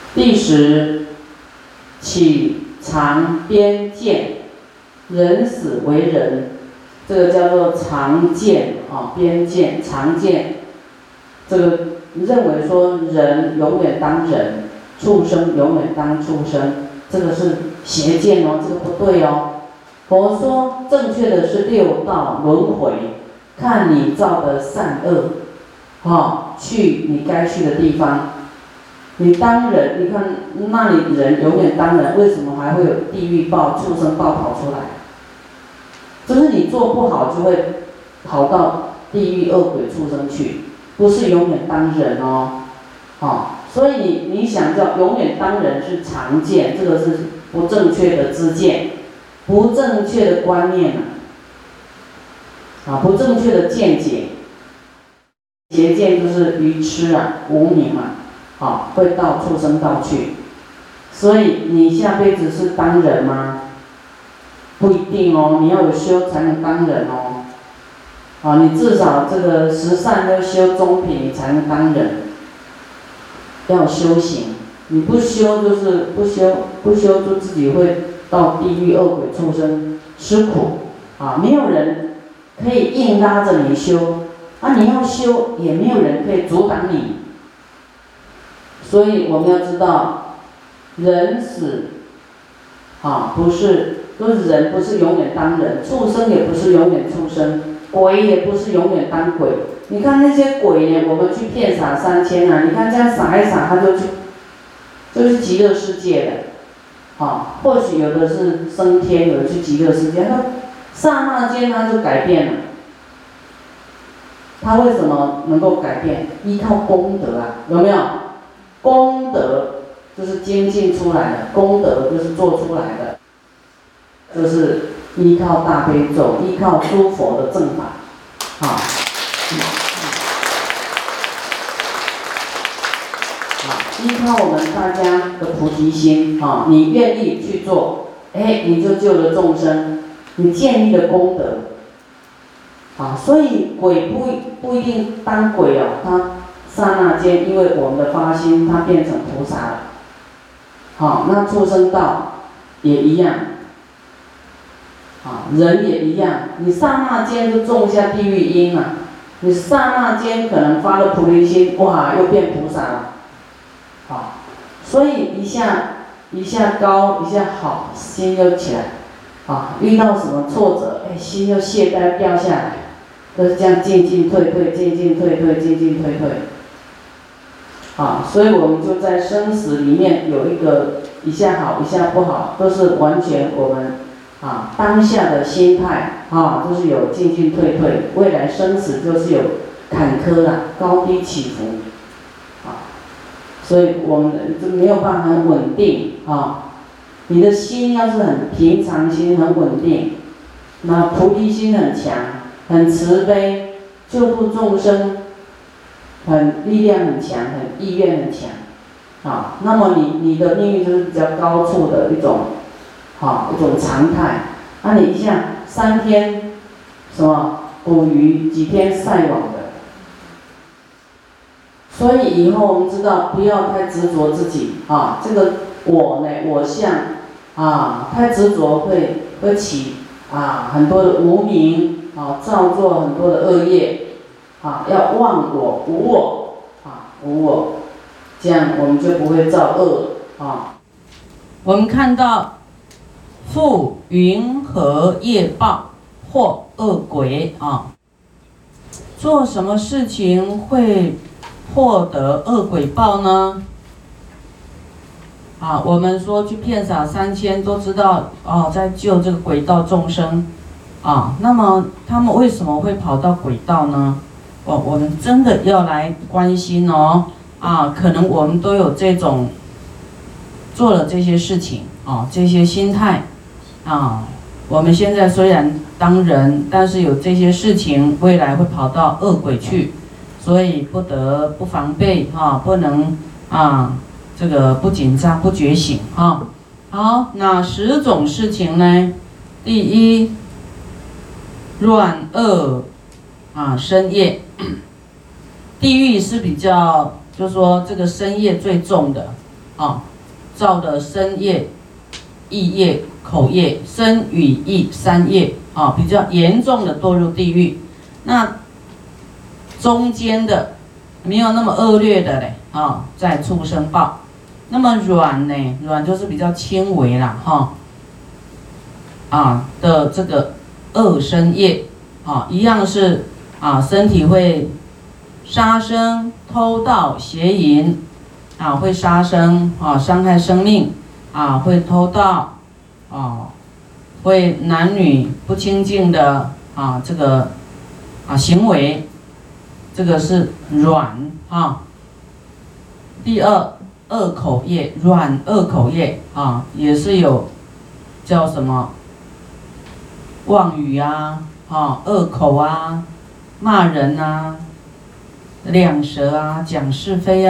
第10，起常边见，人死为人，这个叫做常见啊，边见常见，这个认为说人永远当人，畜生永远当畜生，这个是邪见哦，这个不对哦。佛说正确的是6道轮回，看你造的善恶，去你该去的地方。你当人，你看那里人永远当人，为什么还会有地狱报、畜生报跑出来？就是你做不好，就会跑到地狱、恶鬼、畜生去，不是永远当人哦。所以你想叫永远当人是常见，这个是不正确的知见，不正确的观念不正确的见解。邪见就是愚痴无明会到畜生道去。所以你下辈子是当人吗？不一定哦，你要有修才能当人哦。你至少这个10善要修中品，你才能当人。要修行，你不修就是不修就自己会到地狱、恶鬼、畜生吃苦没有人可以硬拉着你修你要修也没有人可以阻挡你。所以我们要知道，人死不是都是人，不是永远当人，畜生也不是永远畜生，鬼也不是永远当鬼。你看那些鬼呢，我们去骗撒3000你看这样撒一撒，他就是极乐世界的或许有的是升天，有的去极乐世界，他刹那间他就改变了。他为什么能够改变？依靠功德有没有？功德就是精进出来的，功德就是做出来的，就是依靠大悲咒，依靠诸佛的正法依靠我们大家的菩提心你愿意去做，你就救了众生，你建立了功德所以鬼不一定当鬼他刹那间因为我们的发心，他变成菩萨了那畜生道也一样人也一样，你刹那间就种下地狱因了，你刹那间可能发了菩提心，哇，又变菩萨了所以一下高，一下好，心又起来遇到什么挫折，心又懈怠掉下来，都是这样进进退退，进进退退，进进退退所以我们就在生死里面有一个一下好，一下不好，都是完全我们当下的心态都是有进进退退，未来生死就是有坎坷高低起伏所以我们就没有办法很稳定你的心要是很平常心，很稳定，那菩提心很强，很慈悲，救度众生，很力量很强，很意愿很强那么你的命运就是比较高处的一种常态你一下3天什么捕鱼，几天晒网的。所以以后我们知道不要太执着自己这个我呢，我相太执着会起很多的无明造作很多的恶业要忘我无我无我，这样我们就不会造恶我们看到复云何业报，或恶鬼做什么事情会获得恶鬼报呢？我们说去骗撒3000，都知道在救这个鬼道众生那么他们为什么会跑到鬼道呢？我们真的要来关心可能我们都有这种做了这些事情这些心态我们现在虽然当人，但是有这些事情，未来会跑到恶鬼去，所以不得不防备不能这个不紧张不觉醒好，哪10种事情呢？第一，乱恶身业。地狱是比较，就是说这个身业最重的啊，造的身业、意业、口业、身语意三业啊，比较严重的堕入地狱。那中间的没有那么恶劣的嘞啊，在畜生报。那么软呢，软就是比较轻微啦哈的这个恶身业啊，一样是身体会杀生、偷盗、邪淫会杀生伤害生命会偷盗会男女不清净的这个行为，这个是软第二，恶口业，软恶口业也是有叫什么妄语恶口骂人两舌讲是非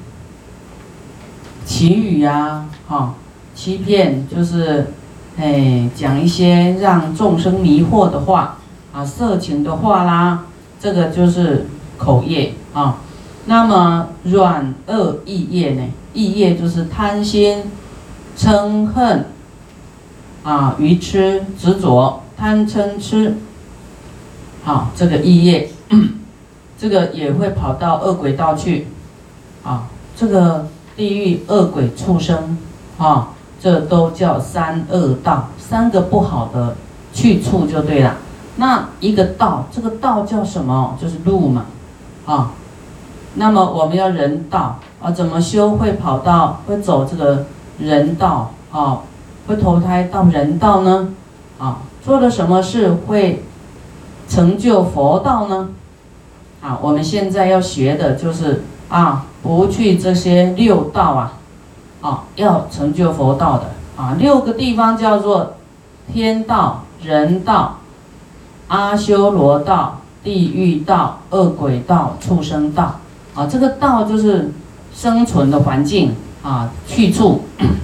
绮语欺骗，就是讲一些让众生迷惑的话色情的话啦，这个就是口业那么软恶意业呢？意业就是贪心、嗔恨愚痴、执着，贪嗔痴这个意业这个也会跑到恶鬼道去这个地狱、恶鬼、畜生这都叫三恶道，三个不好的去处就对了。那一个道，这个道叫什么？就是路嘛那么我们要人道怎么修会走这个人道会投胎到人道呢做了什么事会成就佛道呢我们现在要学的就是不去这些六道要成就佛道的六个地方叫做天道、人道、阿修罗道、地狱道、恶鬼道、畜生道这个道就是生存的环境去处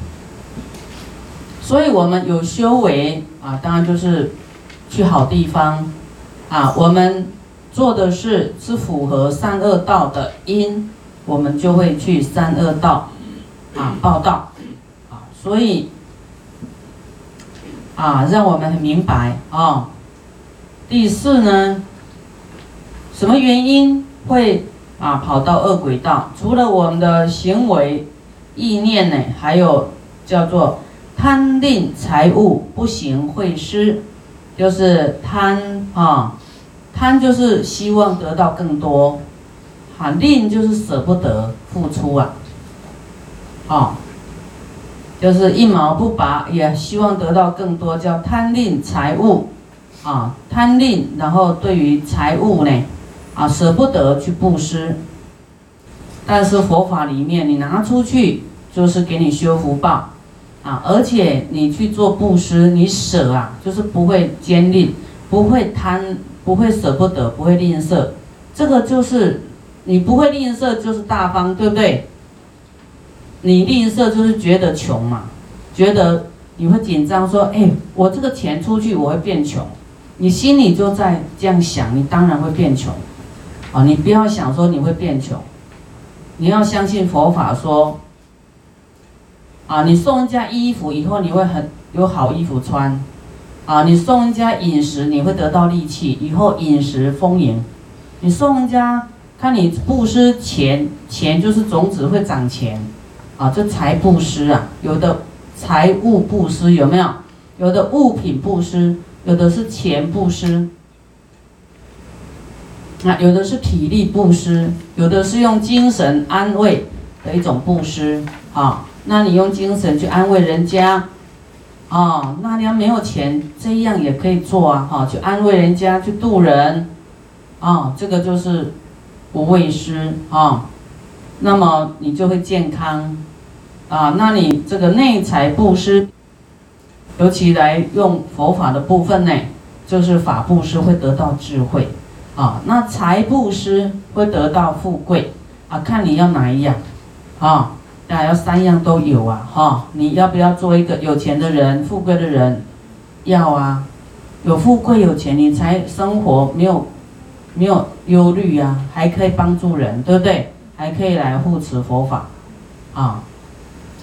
所以我们有修为当然就是去好地方我们做的事是符合三恶道的因，我们就会去三恶道报道所以让我们很明白第四呢，什么原因会跑到恶鬼道？除了我们的行为、意念呢，还有叫做贪吝财物不行会施，就是贪贪就是希望得到更多吝就是舍不得付出就是一毛不拔，也希望得到更多，叫贪吝财物贪吝，然后对于财物呢舍不得去布施，但是佛法里面你拿出去就是给你修福报而且你去做布施，你舍就是不会坚吝，不会贪，不会舍不得，不会吝啬，这个就是你不会吝啬就是大方，对不对？你吝啬就是觉得穷嘛，觉得你会紧张说我这个钱出去我会变穷，你心里就在这样想，你当然会变穷你不要想说你会变穷，你要相信佛法说你送人家衣服以后你会很有好衣服穿你送人家饮食你会得到力气，以后饮食丰盈。你送人家看你布施钱，钱就是种子会长钱这财布施有的财物布施有没有？有的物品布施，有的是钱布施有的是体力布施，有的是用精神安慰的一种布施那你用精神去安慰人家那你要没有钱，这样也可以做去安慰人家，去度人这个就是无畏施那么你就会健康那你这个内财布施，尤其来用佛法的部分呢，就是法布施会得到智慧那财布施会得到富贵看你要哪一样当然要三样都有你要不要做一个有钱的人、富贵的人？要有富贵有钱，你才生活没有忧虑还可以帮助人，对不对？还可以来护持佛法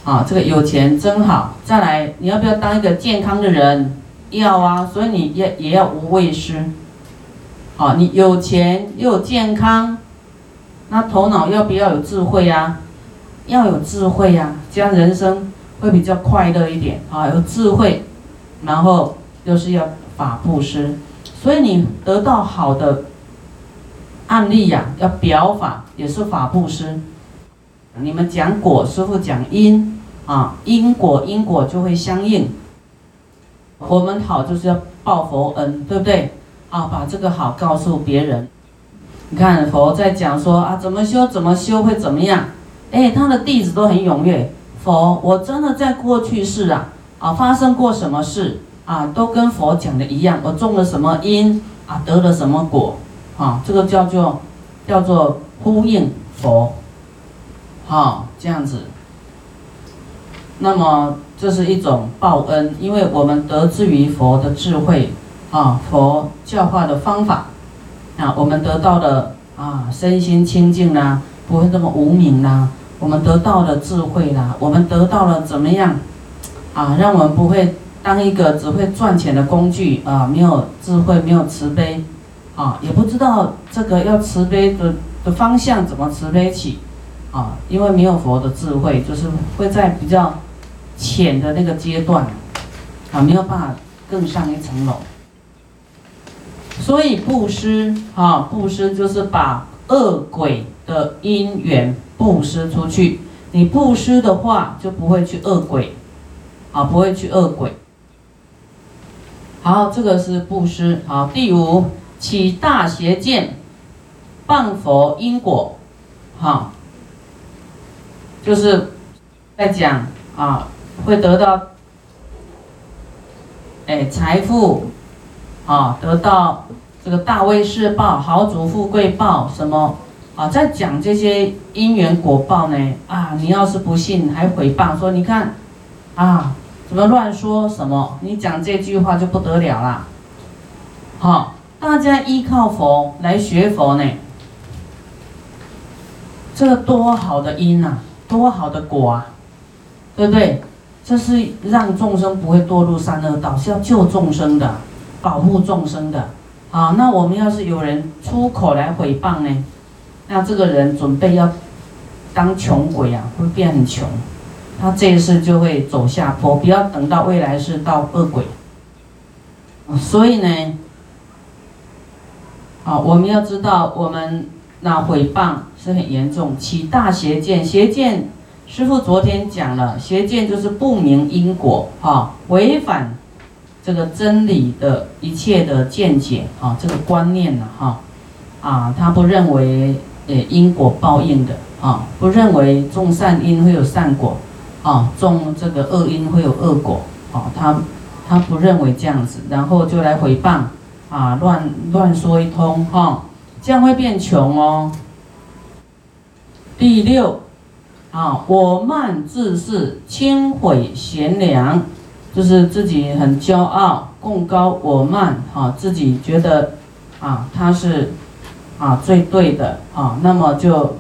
啊，这个有钱真好。再来，你要不要当一个健康的人？要啊，所以你也要无畏施。好，你有钱又有健康，那头脑要不要有智慧啊？要有智慧啊，这样人生会比较快乐一点啊。有智慧，然后就是要法布施，所以你得到好的案例呀，要表法也是法布施。你们讲果，师父讲因啊，因果就会相应。我们好就是要报佛恩，对不对？啊，把这个好告诉别人。你看佛在讲说啊，怎么修会怎么样？哎，他的弟子都很踊跃。佛，我真的在过去世啊发生过什么事啊，都跟佛讲的一样。我种了什么因啊，得了什么果啊，这个叫做呼应佛。好，这样子。那么这是一种报恩，因为我们得之于佛的智慧啊，佛教化的方法啊，我们得到的啊身心清净啦，不会这么无明啦，我们得到了智慧啦，我们得到了怎么样啊，让我们不会当一个只会赚钱的工具啊，没有智慧，没有慈悲啊，也不知道这个要慈悲的方向怎么慈悲起啊，因为没有佛的智慧，就是会在比较浅的那个阶段啊，没有办法更上一层楼。所以布施啊，布施就是把恶鬼的因缘布施出去。你布施的话，就不会去恶鬼啊，不会去恶鬼。好，这个是布施。好，第五，起大邪见，谤佛因果。好，就是在讲啊，会得到财富啊，得到这个大威势报、豪族富贵报什么啊，在讲这些因缘果报呢啊，你要是不信，还诽谤说你看啊，怎么乱说什么？你讲这句话就不得了啦。好，大家依靠佛来学佛呢，这个多好的因啊，多好的果啊，对不对？这是让众生不会堕入三恶道，是要救众生的，保护众生的。啊，那我们要是有人出口来诽谤呢，那这个人准备要当穷鬼啊，会变很穷，他这一世就会走下坡，不要等到未来世到恶鬼。所以呢，啊，我们要知道，我们那诽谤是很严重，起大邪见。邪见，师父昨天讲了，邪见就是不明因果，违反这个真理的一切的见解啊，这个观念呢，他不认为因果报应的啊，不认为种善因会有善果啊，种这个恶因会有恶果啊，他不认为这样子，然后就来诽谤啊，乱说一通哈，这样会变穷哦。第六啊，我慢自恃，轻毁贤良。就是自己很骄傲，贡高我慢，自己觉得啊他是最对的啊，那么就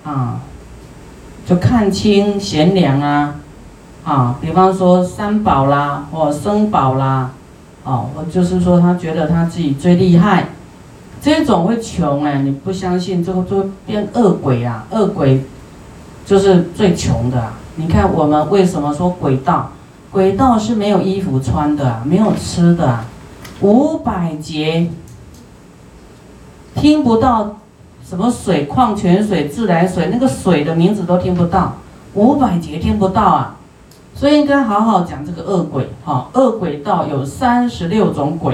看轻贤良啊，比方说三宝啦，或僧宝啦，或就是说他觉得他自己最厉害，这种会穷你不相信，这个就变恶鬼啊，恶鬼就是最穷的你看我们为什么说鬼道？鬼道是没有衣服穿的没有吃的500劫，听不到什么水，矿泉水、自来水，那个水的名字都听不到，500劫听不到所以应该好好讲这个恶鬼恶鬼道有36种鬼，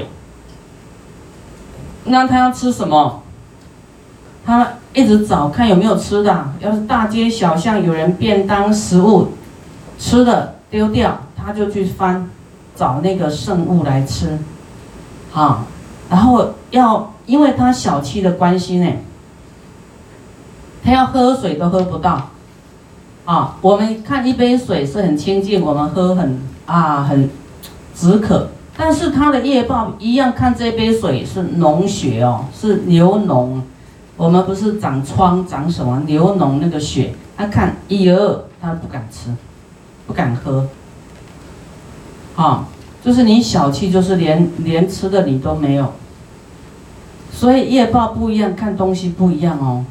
那他要吃什么？他一直找看有没有吃的要是大街小巷有人便当食物吃的丢掉，他就去翻找那个圣物来吃然后因为他小气的关系呢，他要喝水都喝不到我们看一杯水是很清净，我们喝很止渴，但是他的业报一样，看这杯水是脓血是流脓，我们不是长疮长什么流脓那个血，他看他不敢吃不敢喝。就是你小气，就是连吃的你都没有。所以业报不一样，看东西不一样哦。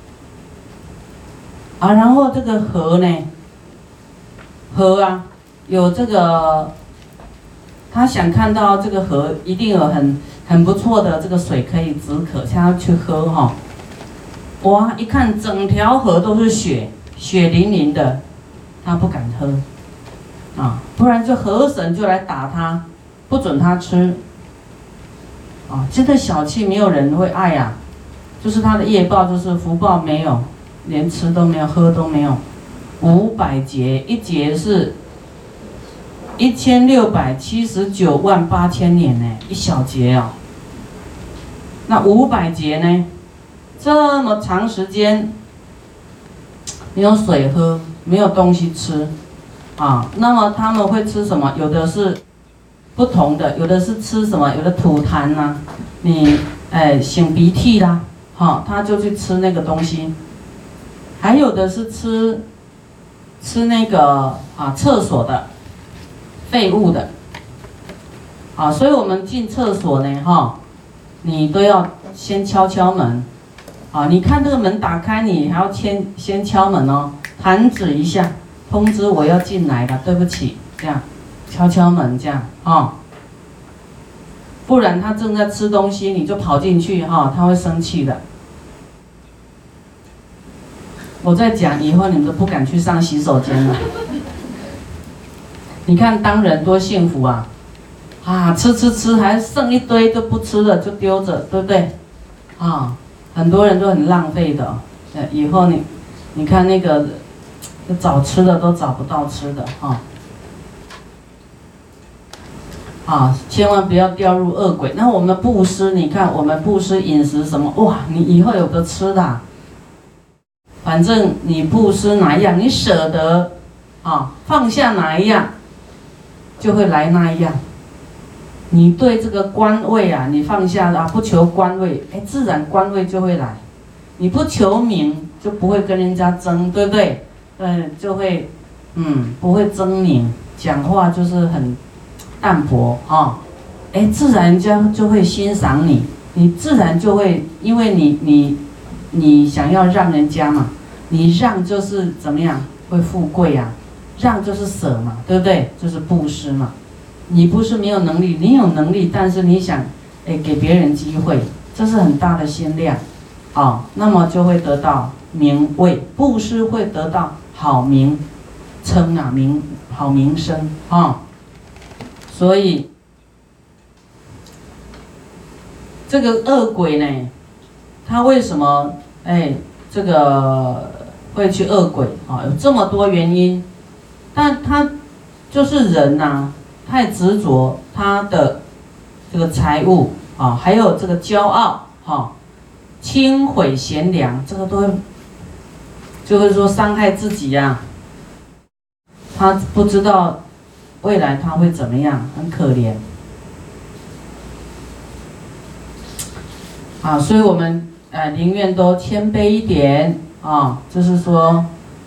然后这个河呢，河有这个，他想看到这个河一定有很不错的这个水可以止渴，他要去喝哇，一看整条河都是血淋淋的，他不敢喝不然就河神就来打他，不准他吃这个小气没有人会爱就是他的业报，就是福报没有，连吃都没有，喝都没有。500劫，一劫是16798000年呢，一小劫那500劫呢？这么长时间没有水喝，没有东西吃那么他们会吃什么？有的是不同的，有的是吃什么？有的吐痰你擤鼻涕啦，他就去吃那个东西。还有的是吃那个厕所的废物的所以我们进厕所呢你都要先敲门你看这个门打开，你还要先敲门弹指一下，通知我要进来了，对不起，这样敲门这样不然他正在吃东西，你就跑进去他会生气的。我在讲以后你们都不敢去上洗手间了。你看当人多幸福吃还剩一堆都不吃了就丢着，对不对很多人都很浪费的以后你看那个找吃的都找不到吃的千万不要掉入恶鬼。那我们布施，你看我们布施饮食什么哇，你以后有个吃的反正你布施哪一样，你舍得放下哪一样，就会来那一样。你对这个官位你放下不求官位，自然官位就会来。你不求名，就不会跟人家争，对不对？就会不会争名，讲话就是很淡薄自然人家就会欣赏你，你自然就会，因为你想要让人家嘛，你让就是怎么样，会富贵让就是舍嘛，对不对？就是布施嘛。你不是没有能力，你有能力，但是你想给别人机会，这是很大的心量那么就会得到名位，布施会得到好名称好名声所以这个恶鬼呢，他为什么这个会去恶鬼有这么多原因，但他就是人太执着他的这个财物还有这个骄傲轻毁贤良，这个都会就是说伤害自己他不知道未来他会怎么样，很可怜所以我们宁愿都谦卑一点就是说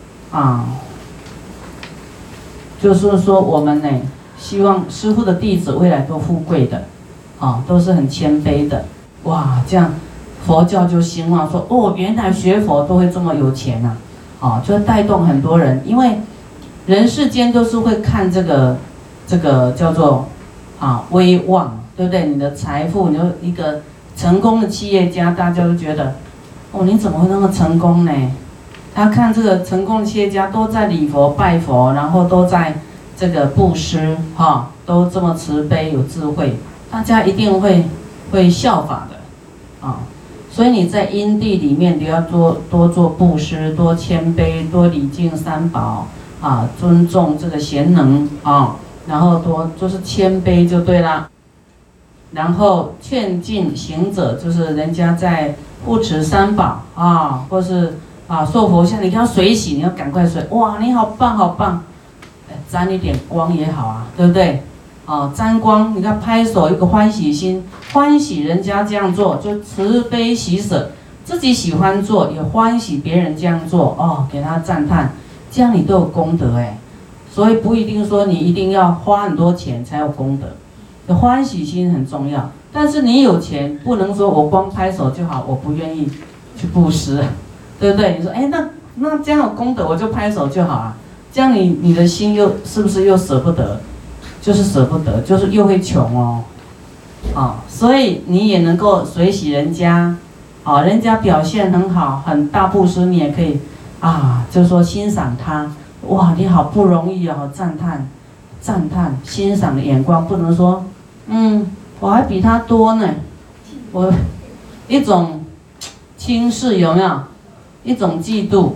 就是说我们呢希望师父的弟子未来都富贵的都是很谦卑的。哇，这样佛教就兴旺，说原来学佛都会这么有钱就会带动很多人。因为人世间都是会看这个叫做威望，对不对？你的财富，你就一个成功的企业家，大家都觉得你怎么会那么成功呢？他看这个成功的企业家都在礼佛拜佛，然后都在这个布施都这么慈悲有智慧，大家一定会效法的所以你在因地里面，你要多做布施，多谦卑，多礼敬三宝尊重这个贤能然后多就是谦卑就对啦。然后劝进行者，就是人家在护持三宝或是受佛像，你要水洗，你要赶快水，哇，你好棒好棒，沾一点光也好对不对？沾光，你看拍手一个欢喜心，欢喜人家这样做，就慈悲喜舍，自己喜欢做，也欢喜别人这样做给他赞叹，这样你都有功德所所以不一定说你一定要花很多钱才有功德，欢喜心很重要。但是你有钱，不能说我光拍手就好，我不愿意去布施，对不对？你说，哎，那这样有功德，我就拍手就好啊。这样你的心又是不是又舍不得？就是舍不得，就是又会穷哦。所以你也能够随喜人家，人家表现很好，很大布施，你也可以就是说欣赏他，哇，你好不容易哦，赞叹，欣赏的眼光，不能说，我还比他多呢，我一种轻视有没有？一种嫉妒，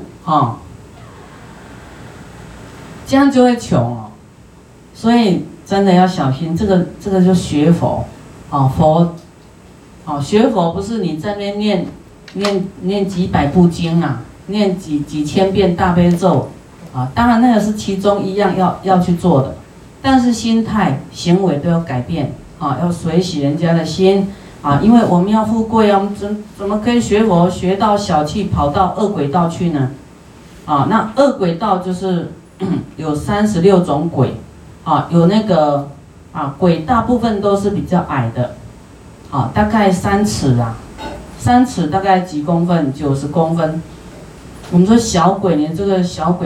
这样就会穷哦。所以真的要小心，这个就学佛。学佛不是你在那边念几百部经啊，念几千遍大悲咒当然那个是其中一样要去做的，但是心态行为都要改变要随喜人家的心因为我们要富贵啊，我们怎么可以学佛学到小气，跑到恶鬼道去呢？那恶鬼道就是有36种鬼有那个鬼大部分都是比较矮的，大概3尺3尺大概几公分，90公分。我们说小鬼，你这个小鬼，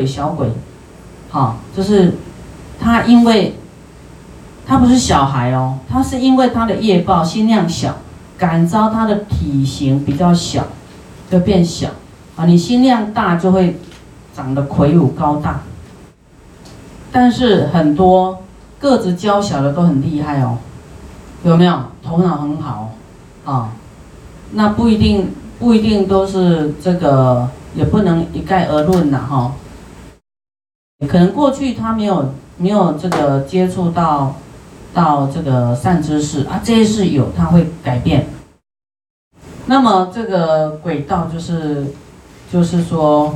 就是他，因为他不是小孩哦，他是因为他的业报心量小，感召他的体型比较小，就变小你心量大就会长得魁梧高大，但是很多个子娇小的都很厉害哦，有没有？头脑很好那不一定都是这个，也不能一概而论啦可能过去他没有这个接触到这个善知识这些是有，他会改变。那么这个鬼道就是说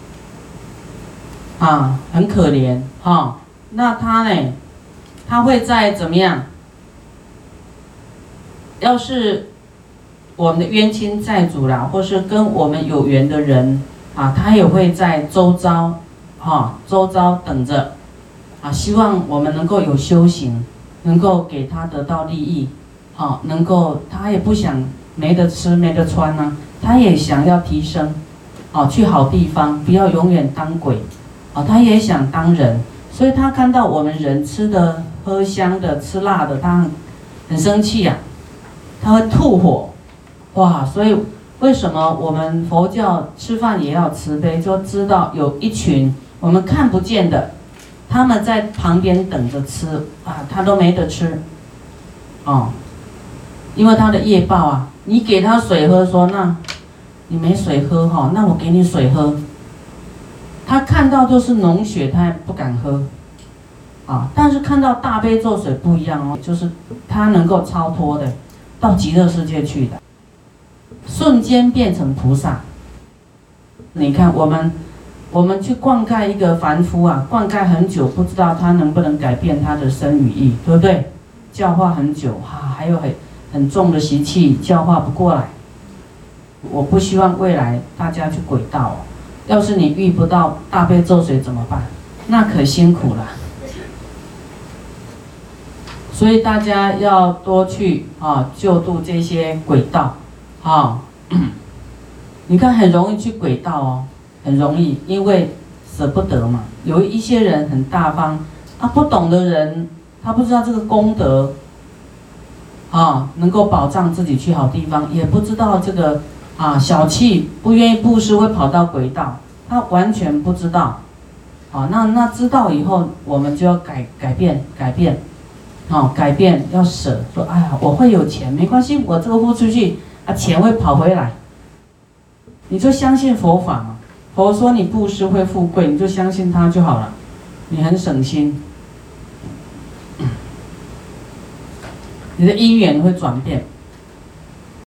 很可怜那他呢？他会在怎么样？要是我们的冤亲债主啦，或是跟我们有缘的人他也会在周遭等着希望我们能够有修行，能够给他得到利益能够他也不想没得吃没得穿他也想要提升去好地方，不要永远当鬼他也想当人，所以他看到我们人吃的喝香的吃辣的，他很生气他会吐火所以为什么我们佛教吃饭也要慈悲？就知道有一群我们看不见的，他们在旁边等着吃他都没得吃因为他的业报你给他水喝，说那你没水喝那我给你水喝，他看到都是脓血，他也不敢喝但是看到大悲咒水不一样就是他能够超脱的，到极乐世界去的，瞬间变成菩萨。你看我们去灌溉一个凡夫灌溉很久，不知道他能不能改变他的身语意，对不对？教化很久还有很重的习气，教化不过来。我不希望未来大家去鬼道要是你遇不到大悲咒水怎么办？那可辛苦了。所以大家要多去救度这些鬼道你看很容易去鬼道很容易，因为舍不得嘛。有一些人很大方不懂的人，他不知道这个功德能够保障自己去好地方，也不知道这个小气不愿意布施会跑到鬼道，他完全不知道那知道以后，我们就要改变改变，要舍，说哎呀，我会有钱没关系，我这个付出去钱会跑回来。你就相信佛法嘛，佛说你布施会富贵，你就相信他就好了，你很省心，你的因缘会转变。